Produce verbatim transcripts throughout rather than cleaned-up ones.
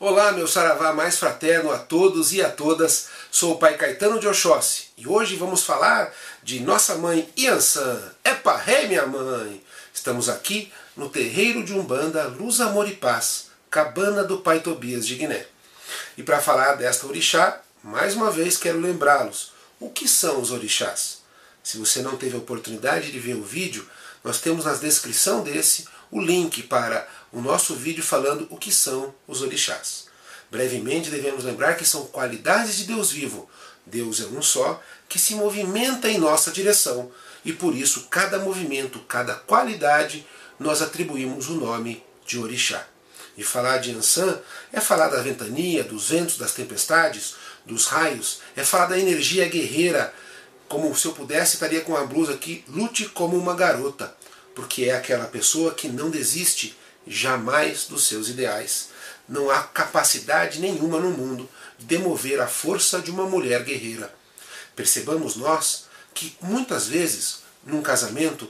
Olá, meu saravá mais fraterno a todos e a todas. Sou o Pai Caetano de Oxóssi e hoje vamos falar de nossa mãe Iansã. Epa, ré, minha mãe! Estamos aqui no terreiro de Umbanda Luz, Amor e Paz, cabana do Pai Tobias de Guiné. E para falar desta orixá, mais uma vez quero lembrá-los o que são os orixás. Se você não teve a oportunidade de ver o vídeo, nós temos na descrição desse o link para o nosso vídeo falando o que são os orixás. Brevemente devemos lembrar que são qualidades de Deus vivo. Deus é um só, que se movimenta em nossa direção, e por isso cada movimento, cada qualidade, nós atribuímos o nome de orixá. E falar de Iansã é falar da ventania, dos ventos, das tempestades, dos raios, é falar da energia guerreira, como se eu pudesse estaria com a blusa aqui, lute como uma garota, porque é aquela pessoa que não desiste jamais dos seus ideais. Não há capacidade nenhuma no mundo de demover a força de uma mulher guerreira. Percebamos nós que muitas vezes, num casamento,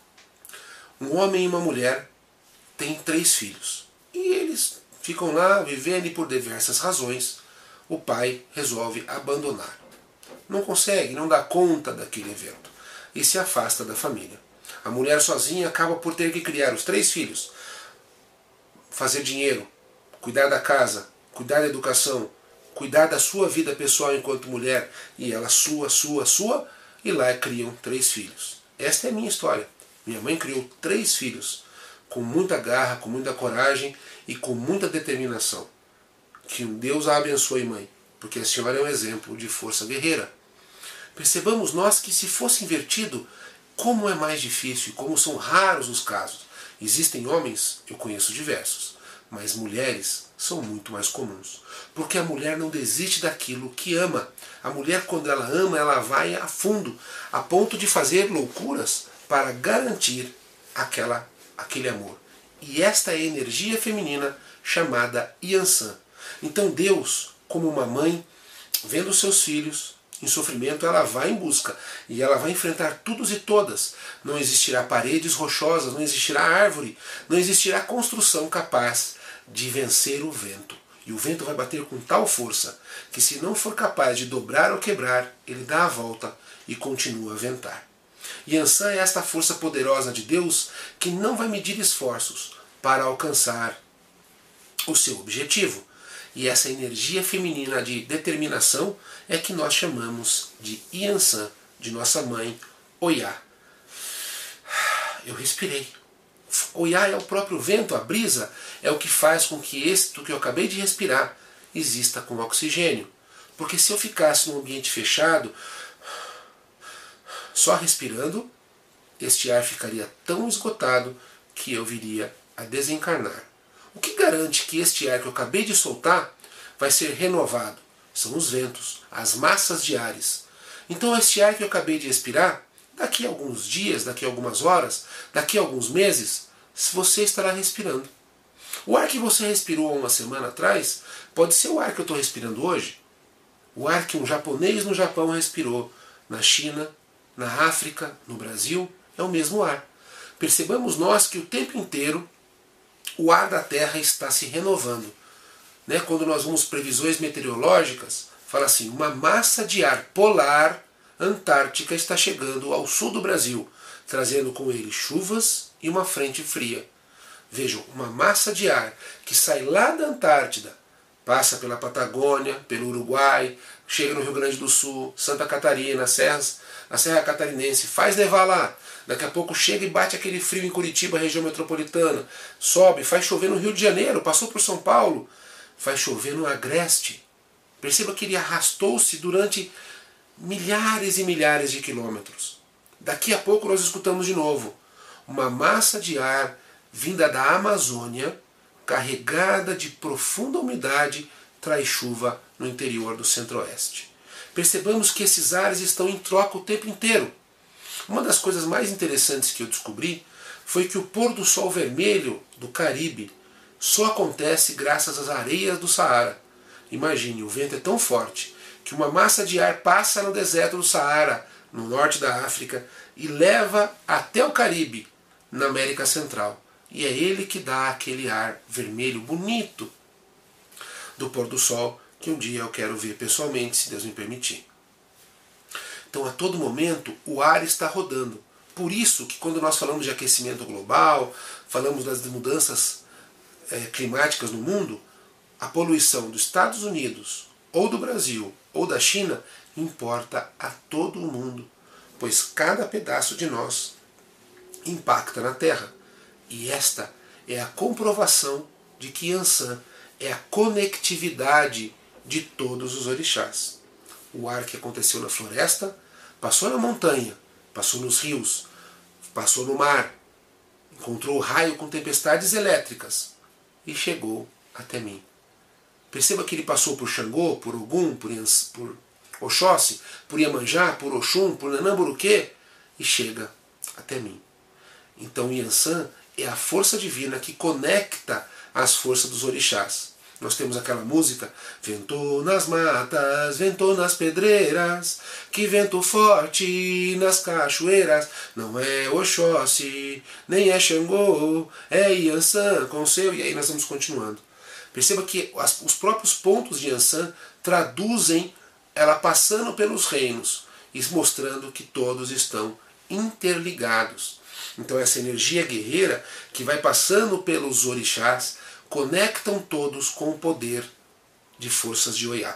um homem e uma mulher têm três filhos. E eles ficam lá vivendo e por diversas razões o pai resolve abandonar. Não consegue, não dá conta daquele evento e se afasta da família. A mulher sozinha acaba por ter que criar os três filhos, fazer dinheiro, cuidar da casa, cuidar da educação, cuidar da sua vida pessoal enquanto mulher, e ela sua, sua, sua, e lá criam três filhos. Esta é a minha história. Minha mãe criou três filhos, com muita garra, com muita coragem e com muita determinação. Que Deus a abençoe, mãe, porque a senhora é um exemplo de força guerreira. Percebamos nós que se fosse invertido, como é mais difícil e como são raros os casos. Existem homens, eu conheço diversos, mas mulheres são muito mais comuns. Porque a mulher não desiste daquilo que ama. A mulher, quando ela ama, ela vai a fundo, a ponto de fazer loucuras para garantir aquela, aquele amor. E esta é a energia feminina chamada Iansã. Então Deus, como uma mãe, vendo seus filhos em sofrimento, ela vai em busca e ela vai enfrentar todos e todas. Não existirá paredes rochosas, não existirá árvore, não existirá construção capaz de vencer o vento. E o vento vai bater com tal força que, se não for capaz de dobrar ou quebrar, ele dá a volta e continua a ventar. Iansã é esta força poderosa de Deus que não vai medir esforços para alcançar o seu objetivo. E essa energia feminina de determinação é que nós chamamos de Iansã, de nossa mãe, Oiá. Eu respirei. Oiá é o próprio vento, a brisa, é o que faz com que isto que eu acabei de respirar exista com oxigênio. Porque se eu ficasse num ambiente fechado, só respirando, este ar ficaria tão esgotado que eu viria a desencarnar. O que garante que este ar que eu acabei de soltar vai ser renovado? São os ventos, as massas de ares. Então este ar que eu acabei de expirar, daqui a alguns dias, daqui a algumas horas, daqui a alguns meses, você estará respirando. O ar que você respirou há uma semana atrás pode ser o ar que eu estou respirando hoje. O ar que um japonês no Japão respirou, na China, na África, no Brasil, é o mesmo ar. Percebamos nós que o tempo inteiro o ar da Terra está se renovando. Né? Quando nós vemos previsões meteorológicas, fala assim, uma massa de ar polar antártica está chegando ao sul do Brasil, trazendo com ele chuvas e uma frente fria. Vejam, uma massa de ar que sai lá da Antártida, passa pela Patagônia, pelo Uruguai, chega no Rio Grande do Sul, Santa Catarina, Serras, a Serra Catarinense, faz nevar lá. Daqui a pouco chega e bate aquele frio em Curitiba, região metropolitana, sobe, faz chover no Rio de Janeiro, passou por São Paulo, faz chover no Agreste. Perceba que ele arrastou-se durante milhares e milhares de quilômetros. Daqui a pouco nós escutamos de novo uma massa de ar vinda da Amazônia, carregada de profunda umidade, traz chuva no interior do Centro-Oeste. Percebamos que esses ares estão em troca o tempo inteiro. Uma das coisas mais interessantes que eu descobri foi que o pôr do sol vermelho do Caribe só acontece graças às areias do Saara. Imagine, o vento é tão forte que uma massa de ar passa no deserto do Saara, no norte da África, e leva até o Caribe, na América Central. E é ele que dá aquele ar vermelho bonito. do pôr do sol, que um dia eu quero ver pessoalmente, se Deus me permitir. Então, a todo momento, o ar está rodando. Por isso que quando nós falamos de aquecimento global, falamos das mudanças é, climáticas no mundo, a poluição dos Estados Unidos, ou do Brasil, ou da China, importa a todo o mundo, pois cada pedaço de nós impacta na Terra. E esta é a comprovação de que Yansan é a conectividade de todos os orixás. O ar que aconteceu na floresta passou na montanha, passou nos rios, passou no mar, encontrou o raio com tempestades elétricas e chegou até mim. Perceba que ele passou por Xangô, por Ogum, por, Yans, por Oxóssi, por Iemanjá, por Oxum, por Nanamburuquê e chega até mim. Então Yansan é a força divina que conecta as forças dos orixás. Nós temos aquela música, ventou nas matas, ventou nas pedreiras, que vento forte nas cachoeiras, não é Oxóssi, nem é Xangô, é Yansan com seu... E aí nós vamos continuando. Perceba que as, os próprios pontos de Yansan traduzem ela passando pelos reinos e mostrando que todos estão interligados. Então essa energia guerreira que vai passando pelos orixás conectam todos com o poder de forças de Oiá.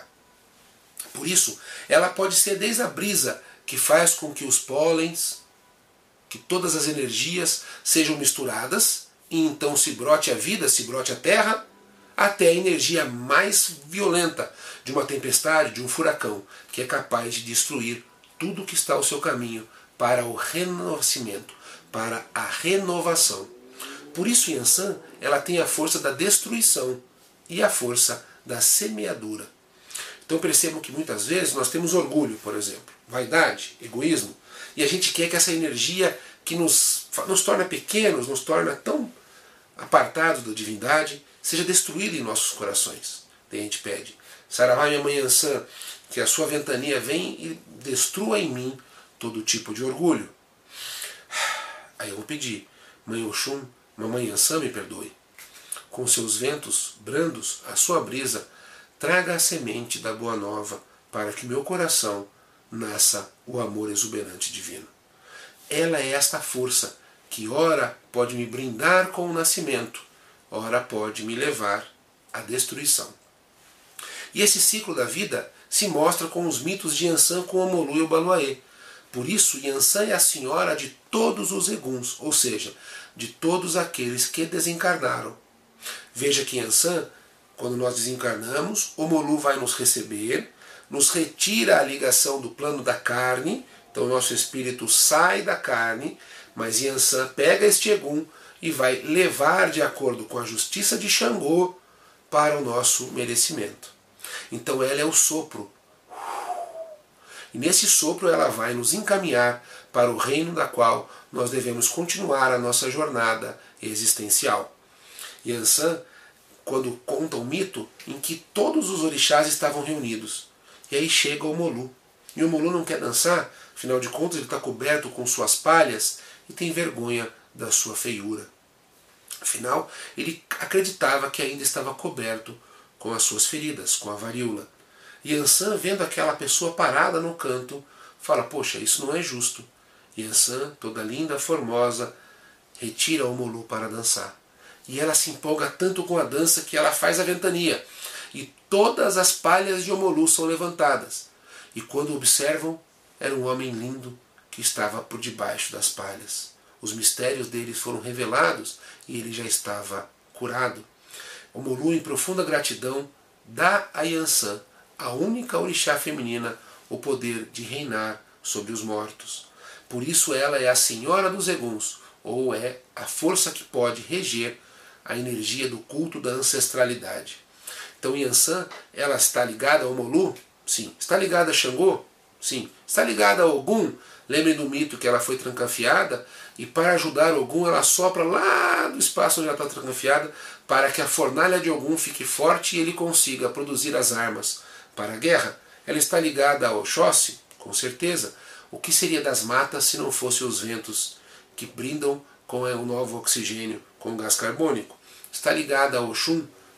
Por isso, ela pode ser desde a brisa que faz com que os pólens, que todas as energias sejam misturadas e então se brote a vida, se brote a terra, até a energia mais violenta de uma tempestade, de um furacão, que é capaz de destruir tudo que está ao seu caminho para o renascimento, para a renovação. Por isso Yansan ela tem a força da destruição e a força da semeadura. Então percebam que muitas vezes nós temos orgulho, por exemplo, vaidade, egoísmo, e a gente quer que essa energia que nos, nos torna pequenos, nos torna tão apartados da divindade, seja destruída em nossos corações. Daí a gente pede, Saravá, minha mãe Yansan, que a sua ventania venha e destrua em mim todo tipo de orgulho. Aí eu vou pedir, Mãe Oxum, Mamãe Yansan, me perdoe. Com seus ventos brandos, a sua brisa, traga a semente da boa nova, para que meu coração nasça o amor exuberante divino. Ela é esta força que ora pode me brindar com o nascimento, ora pode me levar à destruição. E esse ciclo da vida se mostra com os mitos de Yansan com Omolu e Obaluaê. Por isso, Yansan é a senhora de todos os eguns, ou seja, de todos aqueles que desencarnaram. Veja que Yansan, quando nós desencarnamos, Omolu vai nos receber, nos retira a ligação do plano da carne, então nosso espírito sai da carne, mas Yansan pega este egum e vai levar de acordo com a justiça de Xangô para o nosso merecimento. Então ela é o sopro. E nesse sopro ela vai nos encaminhar para o reino da qual nós devemos continuar a nossa jornada existencial. Yansan, quando conta o mito em que todos os orixás estavam reunidos, e aí chega o Omolu. E o Omolu não quer dançar, afinal de contas ele está coberto com suas palhas e tem vergonha da sua feiura. Afinal, ele acreditava que ainda estava coberto com as suas feridas, com a varíola. Yansan, vendo aquela pessoa parada no canto, fala, poxa, isso não é justo. Yansan, toda linda, formosa, retira o Omolu para dançar. E ela se empolga tanto com a dança que ela faz a ventania. E todas as palhas de Omolu são levantadas. E quando observam, era um homem lindo que estava por debaixo das palhas. Os mistérios deles foram revelados e ele já estava curado. Omolu, em profunda gratidão, dá a Yansan, a única orixá feminina, o poder de reinar sobre os mortos. Por isso ela é a senhora dos eguns, ou é a força que pode reger a energia do culto da ancestralidade. Então Yansan, ela está ligada ao Omolu? Sim. Está ligada a Xangô? Sim. Está ligada a Ogum? Lembrem do mito que ela foi trancafiada e para ajudar Ogum ela sopra lá do espaço onde ela está trancafiada para que a fornalha de Ogum fique forte e ele consiga produzir as armas para a guerra. Ela está ligada a Oxóssi? Com certeza. O que seria das matas se não fossem os ventos que brindam com o novo oxigênio, com o gás carbônico? Está ligada a Oxum?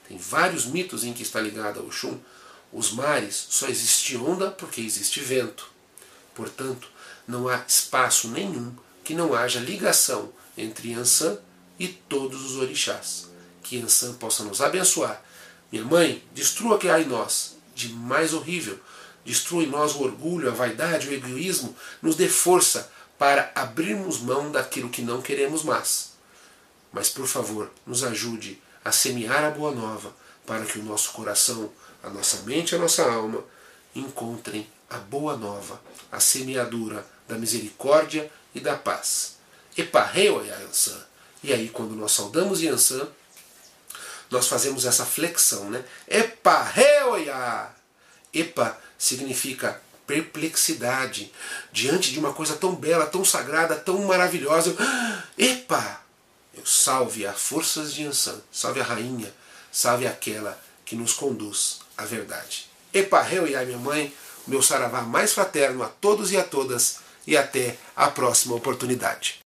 Tem vários mitos em que está ligado a Oxum. Os mares só existe onda porque existe vento. Portanto, não há espaço nenhum que não haja ligação entre Iansã e todos os orixás. Que Iansã possa nos abençoar. Minha mãe, destrua o que há em nós de mais horrível. Destrua em nós o orgulho, a vaidade, o egoísmo. Nos dê força para abrirmos mão daquilo que não queremos mais. Mas, por favor, nos ajude a semear a boa nova, para que o nosso coração, a nossa mente e a nossa alma encontrem a boa nova, a semeadura da misericórdia e da paz. Eparreu Iansã. E aí, quando nós saudamos Iansã, nós fazemos essa flexão, né? Eparreu Ia. Epa significa perplexidade diante de uma coisa tão bela, tão sagrada, tão maravilhosa. Eu, epa! Eu salve as forças de Iansã, salve a rainha, salve aquela que nos conduz à verdade. Eparreu Ia, minha mãe, meu saravá mais fraterno a todos e a todas, e até a próxima oportunidade.